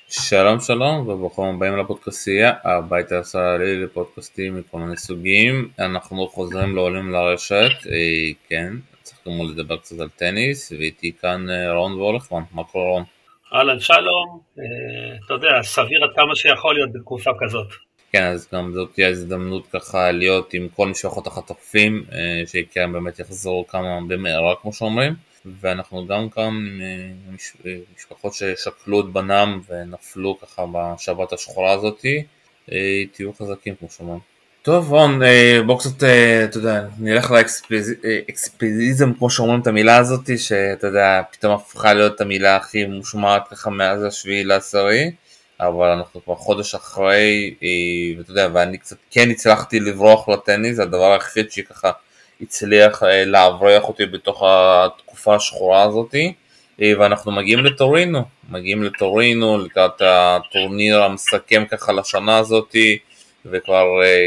שלום שלום וברוכים הבאים לפודקאסטייה, הבית הישראלי לפודקאסטים מכל מיני סוגים. אנחנו חוזרים לעולים לרשת, כן, צריך גם לדבר קצת על טניס, ואיתי כאן רון וולכמן. מה קורה רון? אהלן שלום, אתה יודע, סביר עד כמה שיכול להיות בתקופה כזאת. כן, אז גם זאת תהיה הזדמנות ככה להיות עם כל משפחות החטופים, שכן באמת יחזרו כמה במהרה כמו שאומרים, ואנחנו גם כאן עם משפחות ששכלו את בנם ונפלו ככה בשבת השחורה הזאתי. תהיו חזקים כמו שאומרים. טוב רון, בוא קצת, אתה יודע, נלך לאקספזיזם כמו שאומרים את המילה הזאתי, שאתה יודע, פתאום הפכה להיות המילה הכי מושמעת ככה מאז השביעי לעשירי, אבל אנחנו כבר חודש אחרי, ואתה יודע, ואני קצת כן הצלחתי לברוח לטניס, זה הדבר היחיד שככה הצליח להבריח אותי בתוך התקופה השחורה הזאתי, ואנחנו מגיעים לטורינו לקראת הטורניר המסכם ככה לשנה הזאתי, וכבר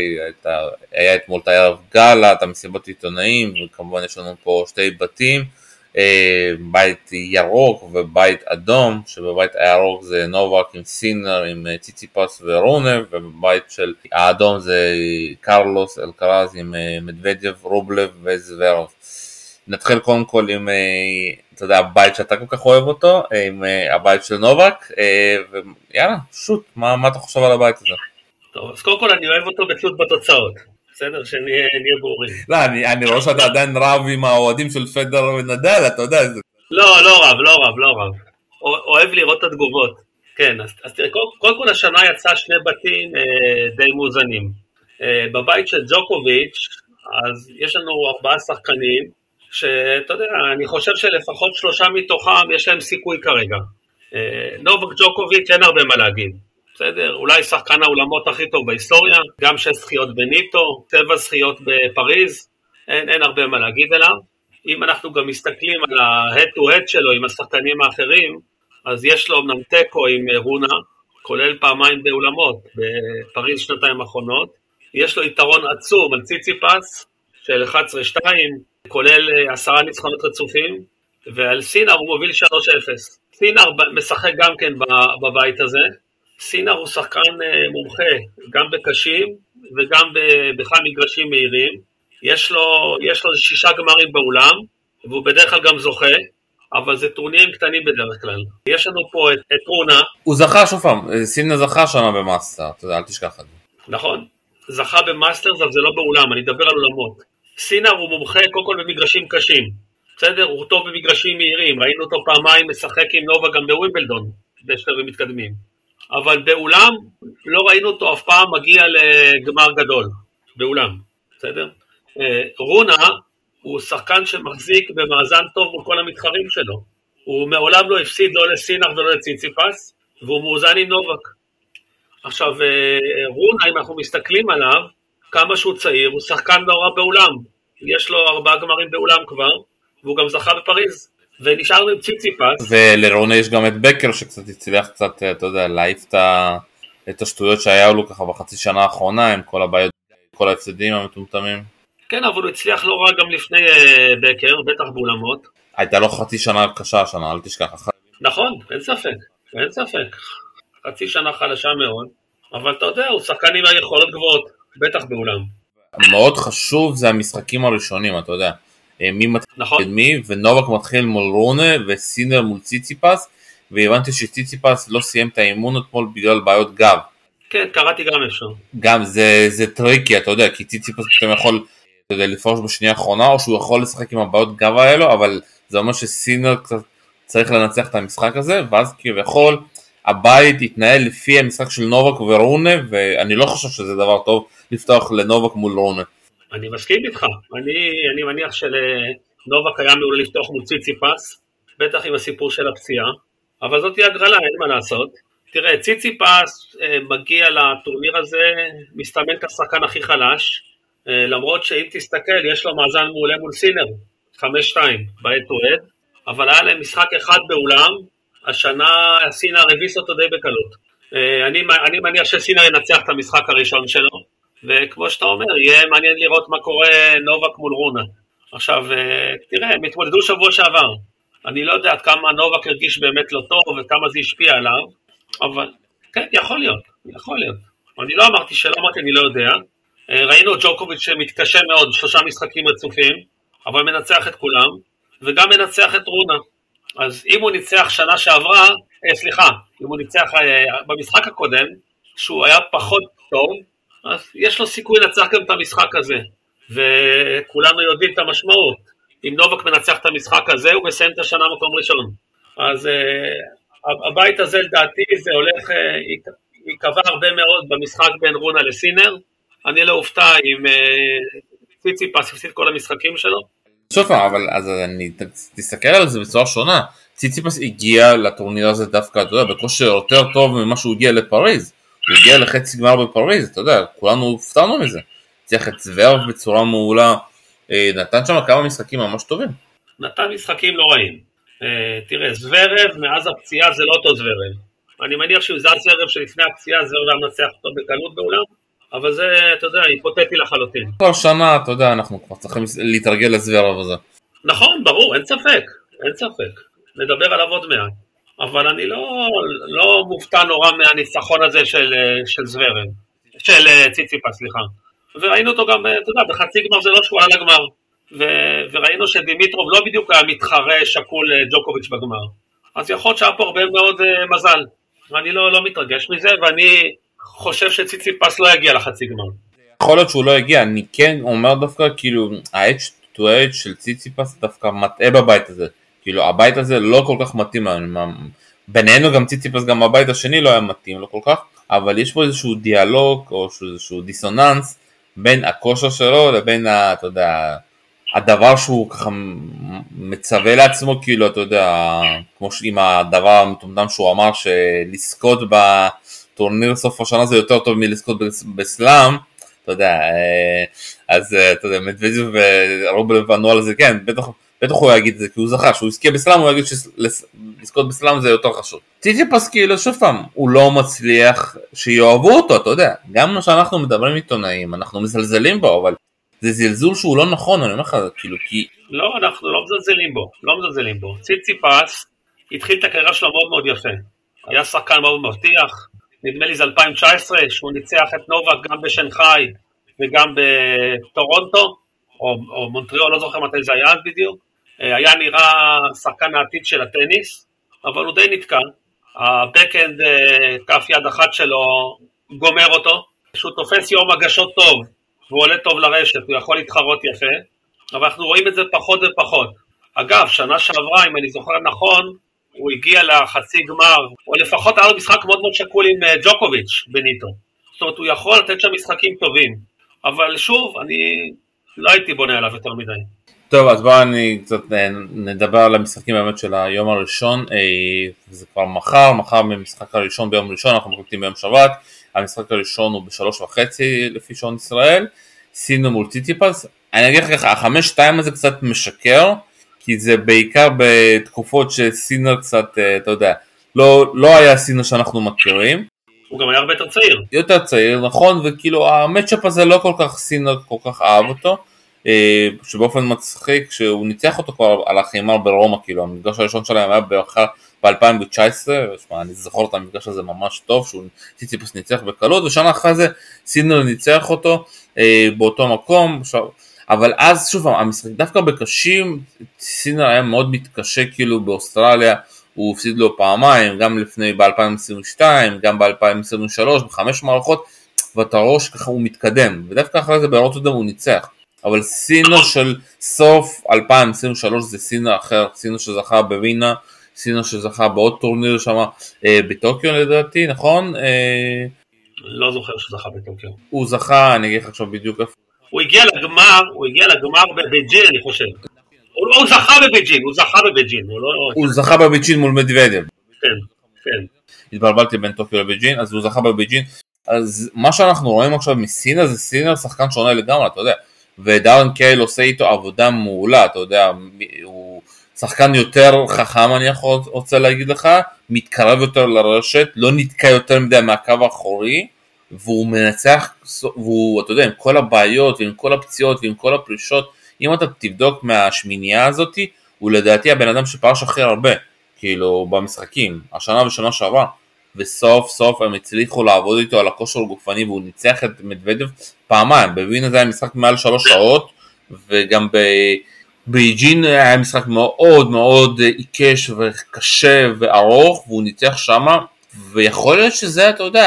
היה אתמול את הערב גאלה, את המסיבות עיתונאים, וכמובן יש לנו פה שתי בתים, בית ירוק ובית אדום, שבבית הירוק זה נובק עם סינר, עם ציציפס ורונה, ובבית של האדום זה קרלוס אלקרז עם מדוודייב, רובלב וזוורב. נתחיל קודם כל עם, אתה יודע, הבית שאתה כל כך אוהב אותו, עם הבית של נובק, ויאללה, שוט, מה אתה חושב על הבית הזה? טוב, אז קודם כל אני אוהב אותו בתלות בתוצאות, בסדר? שנהיה ברורים. לא, אני רואה שאתה עדיין רב עם האוהדים של פדר ונדל, אתה יודע. לא רב. אוהב לראות את התגובות. כן, אז תראה, קודם כל השנה יצא שני בתים די מאוזנים. בבית של ג'וקוביץ', אז יש לנו 4 שחקנים, שאתה יודע, אני חושב שלפחות 3 מתוכם יש להם סיכוי כרגע. נובק ג'וקוביץ' אין הרבה מה להגיד. בסדר, אולי שחקן האולמות הכי טוב בהיסטוריה, גם 6 זכיות בניטו, 7 זכיות בפריז, אין הרבה מה להגיד עליו. אם אנחנו גם מסתכלים על ה-head to head שלו עם השחקנים האחרים, אז יש לו אמנם טקו עם רונה, כולל פעמיים באולמות, בפריז שנתיים האחרונות. יש לו יתרון עצום על ציציפס של 11-2, כולל 10 ניצחונות רצופים, ועל סינר הוא מוביל 3-0. סינר משחק גם כן בבית הזה. סינר הוא שחקן מומחה, גם בקשים וגם בכלל מגרשים מהירים. יש לו 6 גמרים באולם, והוא בדרך כלל גם זוכה, אבל זה טורנירים קטנים בדרך כלל. יש לנו פה את רונה. הוא זכה, שוב פעם, סינר זכה שנה במאסטר, אתה יודע, אל תשכח את זה. נכון, זכה במאסטר, אבל זה לא באולם, אני אדבר על אולמות. סינר הוא מומחה קודם כל במגרשים קשים, בסדר? הוא טוב במגרשים מהירים, ראינו אותו פעמיים משחק עם נובה גם בווימבלדון, בשלבים מתקדמים. אבל באולם לא ראינו אותו אף פעם מגיע לגמר גדול, באולם, בסדר? רונה הוא שחקן שמחזיק במאזן טוב מול כל המתחרים שלו, הוא מעולם לא הפסיד לא לסינר ולא לציציפס, והוא מאוזן עם נובק. עכשיו רונה, אם אנחנו מסתכלים עליו, כמה שהוא צעיר, הוא שחקן נורא באולם, יש לו 4 גמרים באולם כבר, והוא גם זכה בפריז. ונשארנו עם ציציפס. ולרונה יש גם את בקר שקצת הצליח קצת, אתה יודע, להעיף את השטויות שהיה לו ככה בחצי שנה האחרונה, עם כל הבעיות, כל ההפסדים המטומטמים. כן, אבל הוא הצליח לא רע גם לפני בקר, בטח באולמות. הייתה לו חצי שנה קשה השנה, אל תשכח. נכון, אין ספק. חצי שנה חלשה מאוד, אבל אתה יודע, הוא שחקן עם היכולות גבוהות, בטח באולם. מאוד חשוב זה המשחקים הראשונים, אתה יודע. מי מתחיל קדמי, ונובק מתחיל מול רונה וסינר מול ציציפס, והבנתי שציציפס לא סיים את האימון אתמול בגלל בעיות גב. כן, קראתי גם אפשר. גם זה טריקי, אתה יודע, כי ציציפס פתאום יכול, אתה יודע, לפרוש בשנייה האחרונה, או שהוא יכול לשחק עם הבעיות גב האלו, אבל זה אומר שסינר קצת צריך לנצח את המשחק הזה, ואז כביכול הבית יתנהל לפי המשחק של נובק ורונה, ואני לא חושב שזה דבר טוב לפתוח לנובק מול רונה. אני מסכים איתך, אני מניח שלנובק היה מעולה לפתוח מול ציציפס, בטח עם הסיפור של הפציעה, אבל זאת תהיה הגרלה, אין מה לעשות. תראה, ציציפס מגיע לטורניר הזה, מסתמן כשחקן הכי חלש, למרות שאם תסתכל, יש לו מאזן מעולה מול סינר, 5-2 בעת הועד, אבל היה להם משחק אחד באולם, השנה סינר הביס אותו די בקלות. אני מניח שסינר ינצח את המשחק הראשון שלו, וכמו שאתה אומר, יהיה מעניין לראות מה קורה נובק מול רונה. עכשיו, תראה, הם התמודדו שבוע שעבר. אני לא יודע עד כמה נובק הרגיש באמת לא טוב וכמה זה השפיע עליו, אבל, כן, יכול להיות, יכול להיות. אני לא אמרתי שלא אמרתי, אני לא יודע. ראינו ג'וקוביץ' שמתקשה מאוד, 3 משחקים רצופים, אבל מנצח את כולם, וגם מנצח את רונה. אז אם הוא ניצח שנה שעברה, סליחה, אם הוא ניצח במשחק הקודם, שהוא היה פחות טוב, אז יש לו סיכוי לנצח גם את המשחק הזה. וכולנו יודעים את המשמעות. אם נובק מנצח את המשחק הזה, הוא מסיים את השנה מקום ראשון. אז הבית הזה לדעתי זה הולך, יקבע הרבה מאוד במשחק בין רונה לסינר. אני לא אופתע אם ציציפס יפסיד כל המשחקים שלו. שוב, אבל אז אני תסתכל על זה בצורה שונה. ציציפס הגיע לטורניר הזה דווקא, אתה יודע, בכושר יותר טוב ממה שהוא הגיע לפריז. הוא הגיע לחצי גמר בפריז, אתה יודע, כולנו הופתענו מזה. צריך את זוורב בצורה מעולה, נתן שם כמה משחקים ממש טובים. נתן משחקים לא רעים. תראה, זוורב מאז הפציעה זה לא אותו זוורב. אני מניח שהוא זז זוורב שלפני הפציעה, זוורב היה מנצח אותו בקלות בעולם, אבל זה, אתה יודע, היפותטי לחלוטין. כל שנה, אתה יודע, אנחנו כבר צריכים להתרגל לזוורב הזה. נכון, ברור, אין ספק, אין ספק. נדבר עליו עוד מעט. אבל אני לא מופתע נורא מהניצחון הזה של זוורב, של ציציפס, סליחה. וראינו אותו גם, אתה יודע, בחצי גמר זה לא שהוא עלה לגמר. וראינו שדימיטרוב לא בדיוק היה מתחרה שקול ג'וקוביץ' בגמר. אז יכול להיות שהיה פה הרבה מאוד מזל. ואני לא מתרגש מזה, ואני חושב שציציפס לא יגיע לחצי גמר. יכול להיות שהוא לא יגיע, אני כן אומר דווקא, כאילו, ה-H2H של ציציפס דווקא מטעה בבית הזה. כאילו, הבית הזה לא כל כך מתאים לנו. בינינו גם ציציפס, גם הבית השני לא היה מתאים לו כל כך, אבל יש פה איזשהו דיאלוג, או איזשהו דיסוננס, בין הכושר שלו לבין, אתה יודע, הדבר שהוא ככה מצווה לעצמו, כאילו, אתה יודע, כמו עם הדבר המטומטם שהוא אמר, שלזכות בטורניר סוף השנה זה יותר טוב מלזכות בסלאם, אתה יודע, אז אתה יודע, מדוודז'וב ורובל וענו על זה, כן, בטח הוא יגיד את זה, כי הוא זכה, שהוא יזכה בסלאם, הוא יגיד שלזכות בסלאם זה יותר חשוב. ציציפס כאילו, שוב פעם, הוא לא מצליח שיאהבו אותו, אתה יודע, גם כשאנחנו מדברים עיתונאים, אנחנו מזלזלים בו, אבל זה זלזול שהוא לא נכון, אני אומר לך, כאילו, כי... לא, אנחנו לא מזלזלים בו, לא מזלזלים בו. ציציפס התחיל את הקריירה שלו מאוד מאוד יפה. היה שחקן מאוד מבטיח, נדמה לי זה 2019, שהוא ניצח את נובק גם בשנגחאי וגם בטורונטו, או מונטריאול, לא זוכר מתי זה היה בדיוק. היה נראה שחקן העתיד של הטניס, אבל הוא די נתקע. הבקאנד, כף יד אחת שלו, גומר אותו. שהוא תופס יום הגשות טוב, והוא עולה טוב לרשת, הוא יכול להתחרות יפה, אבל אנחנו רואים את זה פחות ופחות. אגב, שנה שעברה, אם אני זוכר נכון, הוא הגיע לחצי גמר, או לפחות היה לו משחק מאוד מאוד שקול עם ג'וקוביץ' בניטו. זאת אומרת, הוא יכול לתת שם משחקים טובים. אבל שוב, אני לא הייתי בונה עליו יותר מדי. טוב, אז בואו אני קצת נדבר על המשחקים באמת של היום הראשון, זה כבר מחר במשחק הראשון ביום ראשון, אנחנו מחליטים ביום שבת, המשחק הראשון הוא ב3:30 לפי שעון ישראל, סינר מול ציציפס, אני אגיד לך ככה, 5-2 הזה קצת משקר, כי זה בעיקר בתקופות שסינר קצת, אתה יודע, לא היה סינר שאנחנו מכירים. הוא גם היה הרבה יותר צעיר. יותר צעיר, נכון, וכאילו המאצ'אפ הזה לא כל כך סינר כל כך אהב אותו, שבאופן מצחיק שהוא ניצח אותו כבר על החימר ברומא, כאילו המפגש הראשון שלהם היה ב-2019, אני זוכר את המפגש הזה ממש טוב, שהוא ציציפס ניצח בקלות, ושנה אחרי זה סינר ניצח אותו באותו מקום, אבל אז שוב המשחק דווקא בקשים, סינר היה מאוד מתקשה כאילו באוסטרליה, הוא הפסיד לו פעמיים, גם לפני ב-2022, גם ב-2023, ב5 מערכות, ואתה רואה שככה הוא מתקדם, ודווקא אחרי זה ברוטרדם הוא ניצח. אבל סינר של סוף 2023 זה סינר אחר, סינר שזכה בווינה, סינר שזכה בעוד טורניר שם בטוקיו לדעתי, נכון? לא זוכר שזכה בטוקיו. הוא זכה, אני אגיד לך עכשיו בדיוק איפה. הוא הגיע לגמר בבייג'ין אני חושב. הוא זכה בבייג'ין, הוא זכה בבייג'ין מול מדוודב. כן. התבלבלתי בין טוקיו לבייג'ין, אז הוא זכה בבייג'ין. אז מה שאנחנו רואים עכשיו מסינר זה סינר שחקן שונה לגמרי, אתה יודע. ודארן קייל עושה איתו עבודה מעולה, אתה יודע, הוא שחקן יותר חכם אני רוצה להגיד לך, מתקרב יותר לרשת, לא נתקע יותר מדי מהקו האחורי, והוא מנצח, והוא, אתה יודע, עם כל הבעיות ועם כל הפציעות ועם כל הפרישות, אם אתה תבדוק מהשמינייה הזאת, הוא לדעתי הבן אדם שפרש הכי הרבה, כאילו במשחקים, השנה ושנה שעברה, וסוף סוף הם הצליחו לעבוד איתו על הכושר הגופני, והוא ניצח את מדוודב פעמיים. בווינה זה היה משחק מעל 3 שעות, וגם בייג'ין היה משחק מאוד מאוד עיקש וקשה וארוך, והוא ניצח שמה, ויכול להיות שזה, אתה יודע,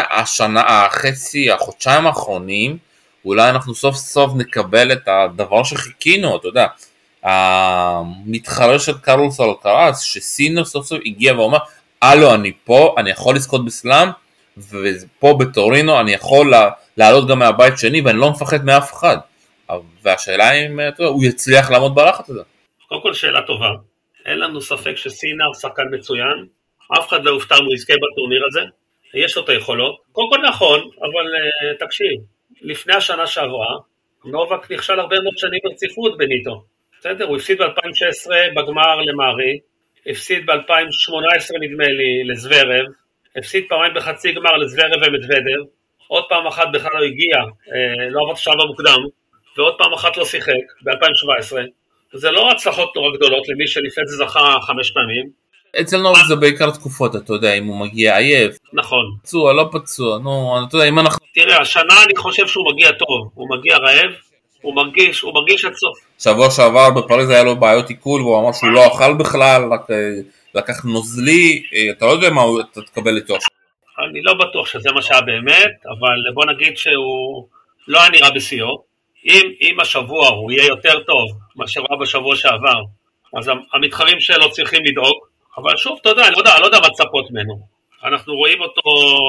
החודשיים האחרונים, אולי אנחנו סוף סוף נקבל את הדבר שחיכינו, אתה יודע, המתחרה של קרלוס אלקרז, שסינר סוף סוף הגיע ואומר, הלו, אני פה, אני יכול לזכות בסלאם, ופה בטורינו אני יכול לעלות גם מהבית שני, ואני לא מפחד מאף אחד. והשאלה אם הוא יצליח לעמוד בלחץ הזה. קודם כל שאלה טובה, אין לנו ספק שסינר שחקן מצוין, אף אחד לא הופתע אם הוא יזכה בטורניר הזה, יש לו את היכולות, קודם כל נכון, אבל תקשיב, לפני השנה שעברה, נובק נכשל הרבה מאוד שנים ברציפות בניטו, בסדר? הוא הפסיד ב-2016 בגמר למארי, הפסיד ב-2018 נדמה לי לזוורב, הפסיד פעמיים בחצי גמר לזוורב ומדוודב, עוד פעם אחת בכלל לא הגיע, לא עבד שלב המוקדם, ועוד פעם אחת לא שיחק ב-2017, זה לא הצלחות נורא גדולות למי שלפני זה זכה 5 פעמים. אצל נובק זה בעיקר תקופות, אתה יודע, אם הוא מגיע עייף, נכון. פצוע, לא פצוע, נו, אתה יודע, אם אנחנו... תראה, השנה אני חושב שהוא מגיע טוב, הוא מגיע רעב, הוא מרגיש עד סוף. שבוע שעבר בפריז היה לו בעיות עיכול, והוא אמר שהוא לא אכל בכלל, רק לקח נוזלי, אתה לא יודע מה אתה תקבל איתו. אני לא בטוח שזה מה שהיה באמת, אבל בוא נגיד שהוא לא היה נראה בשיאו. אם השבוע הוא יהיה יותר טוב מאשר היה בשבוע שעבר, אז המתחרים שלו צריכים לדאוג, אבל שוב, אתה יודע, אני לא יודע מה צפות ממנו. אנחנו רואים אותו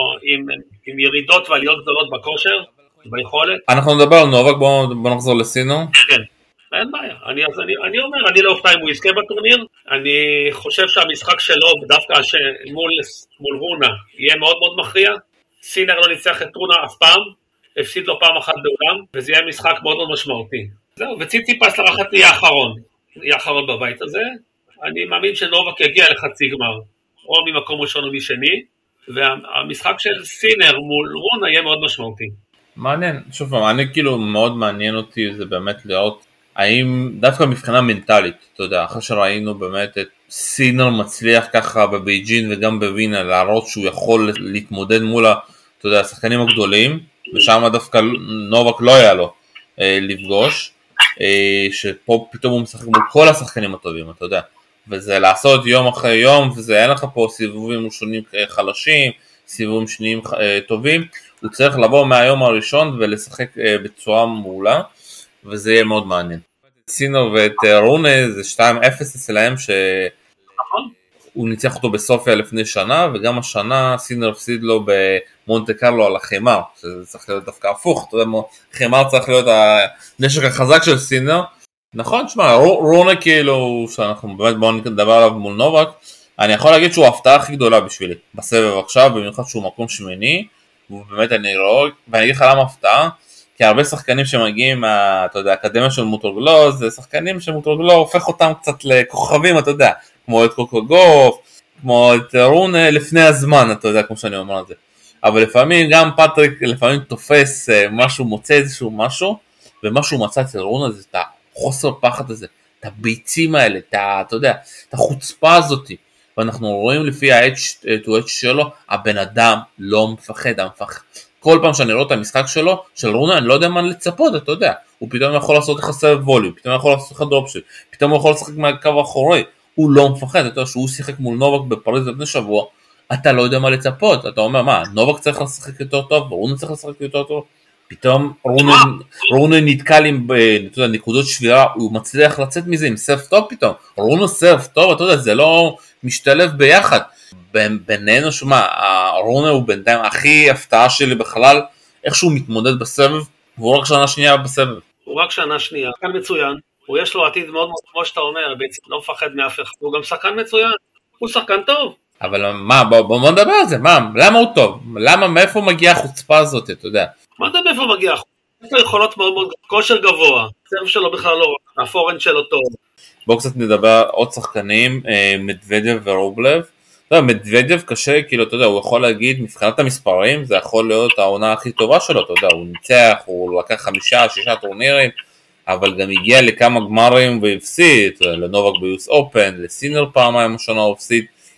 עם ירידות ועליות גדולות בכושר, ביכולת. אנחנו נדבר על נובק, בוא נחזור לסינר. כן, אין בעיה. אני אומר, אני לא אופתע אם הוא יזכה בטורניר, אני חושב שהמשחק שלו דווקא מול רונה יהיה מאוד מאוד מכריע. סינר לא ניצח את רונה אף פעם, הפסיד לו פעם אחת בעולם, וזה יהיה משחק מאוד מאוד משמעותי. זהו, וציציפס להערכתי יהיה האחרון בבית הזה. אני מאמין שנובק יגיע לחצי גמר, או ממקום ראשון או משני, והמשחק של סינר מול רונה יהיה מאוד משמעותי. מעניין, שוב פעם, אני כאילו מאוד מעניין אותי זה באמת לראות האם דווקא מבחינה מנטלית, אתה יודע, אחרי שראינו באמת את סינר מצליח ככה בבייג'ין וגם בווינה להראות שהוא יכול להתמודד מול, אתה יודע, השחקנים הגדולים, ושם דווקא נובק לא היה לו לפגוש, שפה פתאום הוא משחק מול כל השחקנים הטובים, אתה יודע, וזה לעשות יום אחרי יום, וזה אין לך פה סיבובים ראשונים חלשים, סיבובים שניים טובים, הוא צריך לבוא מהיום הראשון ולשחק בצורה מעולה, וזה יהיה מאוד מעניין. סינר ואת רונה זה 2-0 אצלהם שהוא ניצח אותו בסופיה לפני שנה, וגם השנה סינר הפסיד לו במונטה קרלו על החמר, שזה צריך להיות דווקא הפוך, אתה יודע, חמר צריך להיות הנשק החזק של סינר. נכון, תשמע, רונה כאילו, שאנחנו באמת בואו נדבר עליו מול נובק, אני יכול להגיד שהוא ההפתעה הכי גדולה בשבילי, בסבב עכשיו, במיוחד שהוא מקום שמיני, ובאמת אני רואה, ואני אגיד לך למה הפתעה, כי הרבה שחקנים שמגיעים אתה יודע, האקדמיה של מוטרוגלו, זה שחקנים שמוטרוגלו הופך אותם קצת לכוכבים, אתה יודע, כמו את קוקו גוף, כמו את רונה לפני הזמן, אתה יודע, כמו שאני אומר את זה. אבל לפעמים גם פטריק, לפעמים תופס משהו, מוצא איזשהו משהו, ומה שהוא מצא אצל רונה זה את החוסר פחד הזה, את הביצים האלה, אתה יודע, את החוצפה הזאת. ואנחנו רואים לפי ה-H2H שלו, הבן אדם לא מפחד, כל פעם שאני רואה את המשחק שלו, של רונה, אני לא יודע מה לצפות, אתה יודע, הוא פתאום יכול לעשות לך סבב וולי, פתאום יכול לעשות לך דרופשיט, פתאום הוא יכול לשחק מהקו האחורי, הוא לא מפחד, אתה יודע, שהוא שיחק מול נובק בפריז לפני שבוע, אתה לא יודע מה לצפות, אתה אומר, מה, נובק צריך לשחק יותר טוב, רונה צריך לשחק יותר טוב, פתאום רונה נתקל עם נקודות שבירה, הוא מצליח לצאת מזה עם סרף טוב פתאום, רונה סרף טוב, אתה יודע, זה לא משתלב ביחד, בינינו שמה, רונה הוא בינתיים הכי הפתעה שלי בכלל, איך שהוא מתמודד בסבב, והוא רק שנה שנייה בסבב. הוא רק שנה שנייה, שחקן מצוין, הוא יש לו עתיד מאוד מאוד, כמו שאתה אומר, בעצם לא מפחד מאף אחד, הוא גם שחקן מצוין, הוא שחקן טוב. אבל מה, בוא נדבר על זה, למה הוא טוב? מאיפה מגיעה החוצפה הזאת, אתה יודע? מה זה מאיפה מגיע? יש לו יכולות מאוד מאוד, כושר גבוה, סרב שלו בכלל לא, הפורנד שלו טוב. בואו קצת נדבר על עוד שחקנים, מדוודב ורובלב. מדוודב קשה, כאילו, אתה יודע, הוא יכול להגיד, מבחינת המספרים, זה יכול להיות העונה הכי טובה שלו, אתה יודע, הוא ניצח, הוא לקח 5-6 טורנירים, אבל גם הגיע לכמה גמרים והפסיד, לנובק ביוס אופן, לסינר פעמיים השנה הוא הפסיד,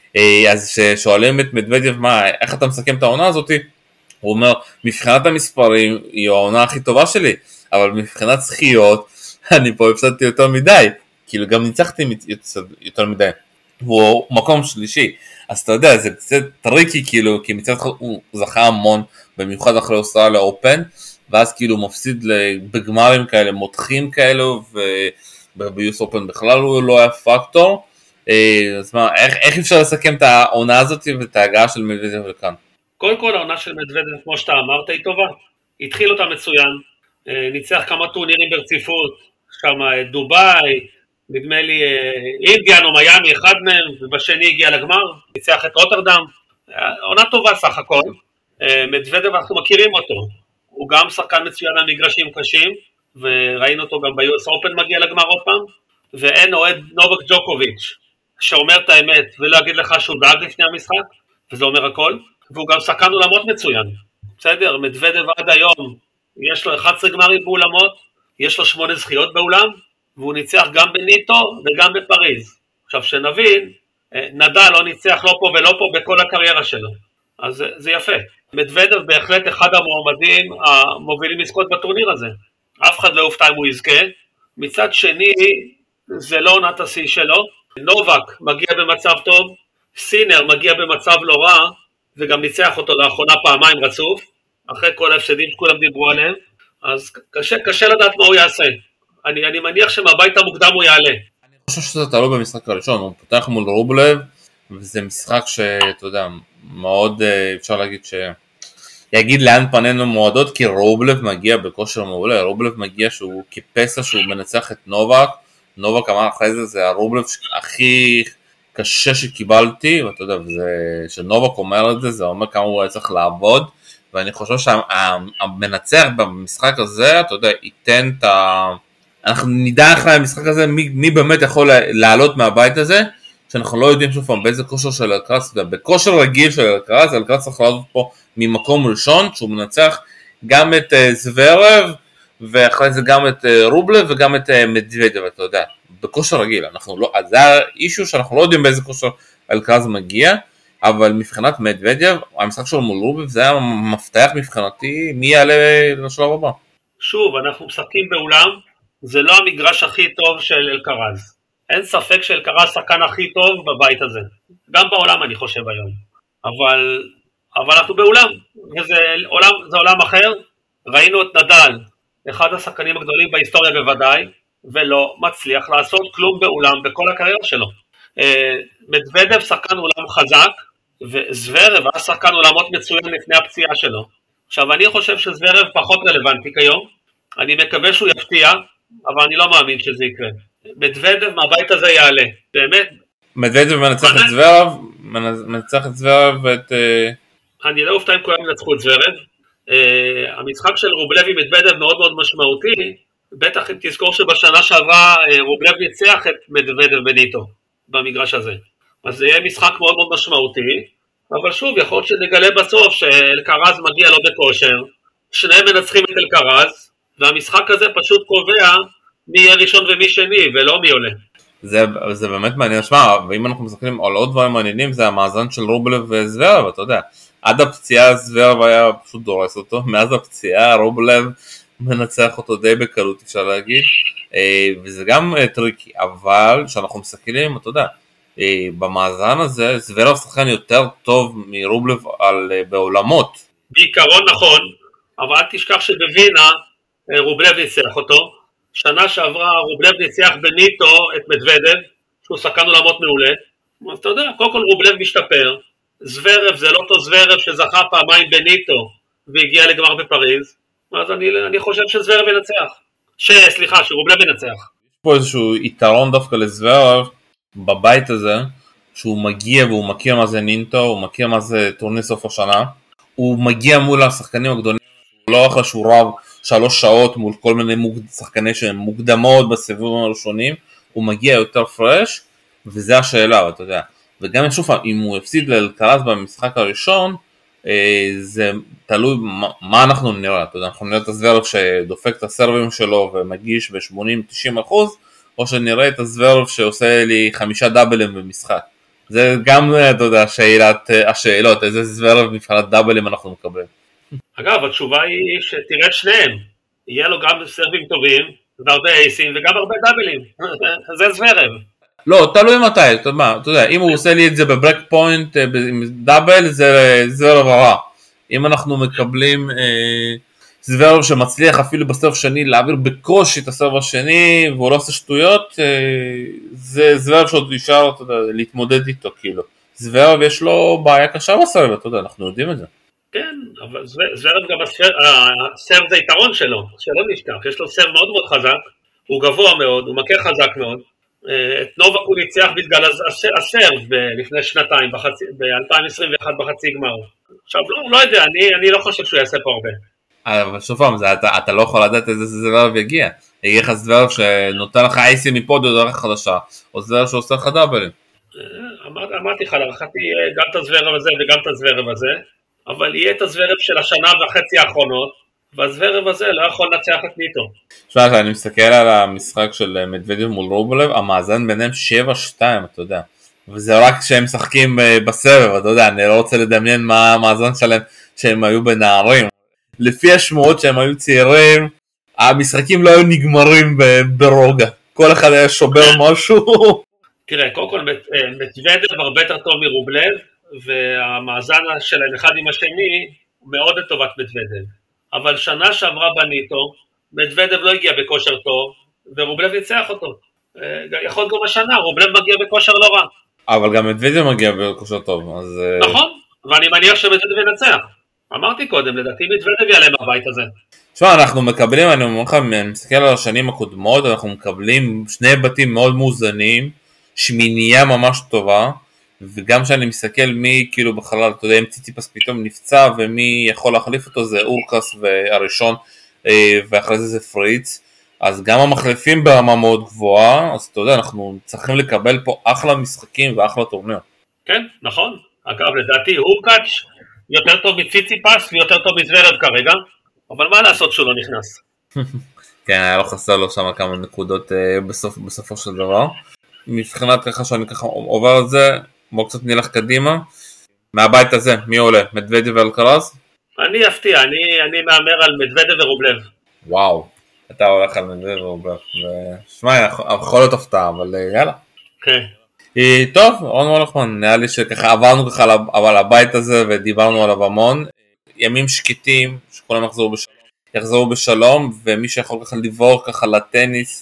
אז כששואלים את מדוודייב איך אתה מסכם את העונה הזאת, הוא אומר, מבחינת המספרים היא העונה הכי טובה שלי, אבל מבחינת זכיות אני פה הפסדתי יותר מדי, כאילו גם ניצחתי יותר מדי, הוא מקום שלישי, אז אתה יודע, זה קצת טריקי כאילו, כי מצד אחד הוא זכה המון, במיוחד אחרי אוסטרליה אופן, ואז כאילו הוא מפסיד בגמרים כאלה, מותחים כאלו, וביוס אופן בכלל הוא לא היה פקטור, אז מה, איך אפשר לסכם את העונה הזאת ואת ההגעה של מדוודייב לכאן? קודם כל העונה של מדוודייב, כמו שאתה אמרת, היא טובה. התחיל אותה מצוין, ניצח כמה טורנירים ברציפות, שם דובאי, נדמה לי אינדיאן או מיאמי, אחד מהם, ובשני הגיע לגמר, ניצח את רוטרדם, עונה טובה סך הכל. מדוודייב אנחנו מכירים אותו, הוא גם שחקן מצוין על מגרשים קשים, וראינו אותו גם ביוס אופן מגיע לגמר עוד פעם, ואין אוהד נובק ג'וקוביץ' שאומר את האמת ולא יגיד לך שהוא דאג לפני המשחק, וזה אומר הכל, והוא גם שחקן אולמות מצוין. בסדר, מדוודייב עד היום, יש לו 11 גמרים באולמות, יש לו 8 זכיות באולם, והוא ניצח גם בניטו וגם בפריז. עכשיו שנבין, נדל לא ניצח לא פה ולא פה בכל הקריירה שלו. אז זה יפה. מדוודייב בהחלט אחד המועמדים המובילים לזכות בטורניר הזה. אף אחד לא יופתע אם הוא יזכה. מצד שני, זה לא עונת השיא שלו. נובק מגיע במצב טוב, סינר מגיע במצב לא רע, וגם ניצח אותו לאחרונה פעמיים רצוף, אחרי כל ההפסדים שכולם דיברו עליהם, אז קשה לדעת מה הוא יעשה. אני מניח שמהבית המוקדם הוא יעלה. אני חושב שזה תלוי במשחק הראשון, הוא פותח מול רובלב, וזה משחק שאתה יודע, מאוד אפשר להגיד יגיד לאן פנינו מועדות, כי רובלב מגיע בכושר מעולה, רובלב מגיע שהוא כפסע שהוא מנצח את נובק, נובק אמר אחרי זה, זה הרובלב הכי קשה שקיבלתי, ואתה יודע, שנובק אומר את זה, זה אומר כמה הוא היה צריך לעבוד, ואני חושב שהמנצח במשחק הזה, אתה יודע, ייתן את אנחנו נדע אחרי המשחק הזה, מי באמת יכול לעלות מהבית הזה, שאנחנו לא יודעים שוב פעם באיזה כושר של אלקרס, בכושר רגיל של אלקרס, אלקרס צריך לעלות פה ממקום ראשון, שהוא מנצח גם את זוורב, ואחרי זה גם את רובלב וגם את מדוודייב, אתה יודע, בכושר רגיל, אנחנו לא, זה האישו שאנחנו לא יודעים באיזה כושר אלקרס מגיע, אבל מבחינת מדוודייב, המשחק שלו מול רובלב, זה היה מפתח מבחינתי, מי יעלה לשלב הבא. שוב, אנחנו משחקים באולם, זה לא המגרש הכי טוב של אלקרס. אין ספק שאלקרס שחקן הכי טוב בבית הזה. גם בעולם אני חושב היום. אבל אנחנו באולם, וזה עולם אחר. ראינו את נדל, אחד השחקנים הגדולים בהיסטוריה בוודאי, ולא מצליח לעשות כלום באולם בכל הקריירה שלו. מדוודייב שחקן אולם חזק, וזוורב היה שחקן אולמות מצוין לפני הפציעה שלו. עכשיו אני חושב שזוורב פחות רלוונטי כיום, אני מקווה שהוא יפתיע, אבל אני לא מאמין שזה יקרה. מדוודייב מהבית הזה יעלה, באמת. מדוודייב מנצח את זוורב ואת... אני לא אופתע אם כולם ינצחו את זוורב. המשחק של רובלב עם מדוודייב מאוד מאוד משמעותי, בטח אם תזכור שבשנה שעברה רובלב ניצח את מדוודייב בניטו במגרש הזה. אז זה יהיה משחק מאוד מאוד משמעותי, אבל שוב יכול להיות שנגלה בסוף שאלקרס מגיע לו בכושר, שניהם מנצחים את אלקרס, והמשחק הזה פשוט קובע מי יהיה ראשון ומי שני, ולא מי עולה. זה באמת מעניין, שמע, ואם אנחנו מסתכלים על עוד דברים מעניינים, זה המאזן של רובלב וזוורב, אתה יודע, עד הפציעה זוורב היה פשוט דורס אותו, מאז הפציעה רובלב מנצח אותו די בקלות, אפשר להגיד, וזה גם טריקי, אבל כשאנחנו מסתכלים, אתה יודע, במאזן הזה, זוורב שחקן יותר טוב מרובלב בעולמות. בעיקרון נכון, אבל אל תשכח שבווינה רובלב ניצח אותו, שנה שעברה רובלב ניצח בניטו את מדוודייב, שהוא שחקן עולמות מעולה, אז אתה יודע, קודם כל רובלב משתפר, זוורב זה לא אותו זוורב שזכה פעמיים בניטו והגיע לגמר בפריז, אז אני חושב שזוורב ינצח, שרובלב ינצח. יש פה איזשהו יתרון דווקא לזוורב בבית הזה, שהוא מגיע והוא מכיר מה זה נינטו, הוא מכיר מה זה טורניר סוף השנה, הוא מגיע מול השחקנים הגדולים, לא אחרי שהוא רב 3 שעות מול כל מיני שחקני שהם מוקדמות בסיבובים הראשונים, הוא מגיע יותר פרש, וזה השאלה, אתה יודע. וגם שוב, אם הוא הפסיד לאלקרס במשחק הראשון, זה תלוי מה אנחנו נראה, אתה יודע, אנחנו נראה את הזוורב שדופק את הסרבים שלו ומגיש ב-80-90%, או שנראה את הזוורב שעושה לי 5 דאבלים במשחק. זה גם, אתה יודע, שאלת השאלות, איזה זוורב מבחינת דאבלים אנחנו מקבלים. אגב, התשובה היא שתראה את שניהם, יהיה לו גם סרבים טובים, והרבה אייסים, וגם הרבה דאבלים, זה זוורב. לא, תלוי מתי, אתה יודע, אם הוא עושה לי את זה בברק פוינט עם דאבל, זה זוורב רע. אם אנחנו מקבלים זוורב שמצליח אפילו בסרב שני להעביר בקושי את הסרב השני, והוא לא עושה שטויות, זה זוורב שעוד נשאר, אתה יודע, להתמודד איתו, כאילו. זוורב יש לו בעיה קשה בסרב, אתה יודע, אנחנו יודעים את זה. כן, אבל זוורב גם הסרב זה יתרון שלו, שלא נשכח, יש לו סרב מאוד מאוד חזק, הוא גבוה מאוד, הוא מכה חזק מאוד, את נובק הוא ניצח בגלל הסרב לפני שנתיים, ב-2021 בחצי גמר. עכשיו, לא יודע, אני לא חושב שהוא יעשה פה הרבה. אבל שוב פעם, אתה לא יכול לדעת איזה זוורב יגיע. יגיע לך זוורב שנותן לך אייסים מפה דרך חדשה, או זוורב שעושה לך דאבלים. אמרתי לך, להערכתי יהיה גם את הזוורב הזה וגם את הזוורב הזה, אבל יהיה את הזוורב של השנה וחצי האחרונות, והזוורב הזה לא יכול לנצח את ניטו. עכשיו, אני מסתכל על המשחק של מדוודב מול רובלב, המאזן ביניהם 7-2, אתה יודע. וזה רק כשהם משחקים בסבב, אתה יודע, אני לא רוצה לדמיין מה המאזן שלהם שהם היו בנערים. לפי השמועות שהם היו צעירים, המשחקים לא היו נגמרים ברוגע. כל אחד היה שובר משהו. תראה, קודם כל מדוודב הרבה יותר טוב מרובלב, והמאזן שלהם אחד עם השני מאוד לטובת מדוודב. אבל שנה שעברה בניטו, מדוודב לא הגיע בכושר טוב, ורובלב ניצח אותו. יכול להיות גם השנה, רובלב מגיע בכושר לא רע. אבל גם מדוודב מגיע בכושר טוב, אז... נכון, ואני מניח שמדוודב ינצח. אמרתי קודם, לדעתי מדוודב יעלה מהבית הזה. תשמע, אנחנו מקבלים, אני אומר לך, אני מסתכל על השנים הקודמות, אנחנו מקבלים שני בתים מאוד מאוזנים, שמינייה ממש טובה, וגם כשאני מסתכל מי כאילו בחלל, אתה יודע, אם ציציפס פתאום נפצע, ומי יכול להחליף אותו זה אורקס והראשון, ואחרי זה פריץ, אז גם המחליפים ברמה מאוד גבוהה, אז אתה יודע, אנחנו צריכים לקבל פה אחלה משחקים ואחלה טורניר. כן, נכון. אגב, לדעתי אורקאץ' יותר טוב מציציפס ויותר טוב מזוורב כרגע, אבל מה לעשות שהוא לא נכנס? כן, היה לו חסר לו שם כמה נקודות בסופו של דבר. מבחינת ככה שאני ככה עובר על זה, בואו קצת נלך קדימה. מהבית הזה, מי עולה? מדוודב ואלקרז? אני אפתיע, אני מאמר על מדוודב ורובלב. וואו, אתה הולך על מדוודב ורובלב. שמע, יכול להיות הפתעה, אבל יאללה. כן. טוב, רון מולכמן, נראה לי שככה עברנו ככה על הבית הזה ודיברנו עליו המון. ימים שקטים, שכולם יחזרו בשלום, ומי שיכול ככה לברוח ככה לטניס,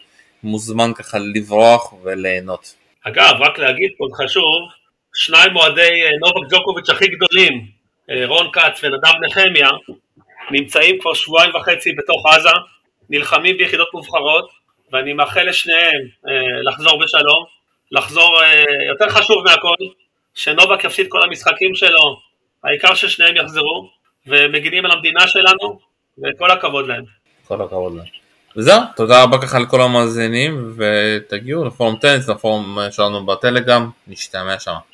מוזמן ככה לברוח וליהנות. אגב, רק להגיד פה חשוב, שניים מועדי נובק ג'וקוביץ' הכי גדולים, רון קאץ ונדב נחמיה, נמצאים כבר 2.5 בתוך עזה, נלחמים ביחידות מובחרות, ואני מאחל לשניהם לחזור בשלום, לחזור יותר חשוב מהכל, שנובק יפסיד כל המשחקים שלו, העיקר ששניהם יחזרו, ומגינים על המדינה שלנו, וכל הכבוד להם. כל הכבוד להם. וזהו, תודה רבה ככה לכל המאזינים, ותגיעו לפורום טניס, לפורום שלנו בטלגרם, נשתמע שם.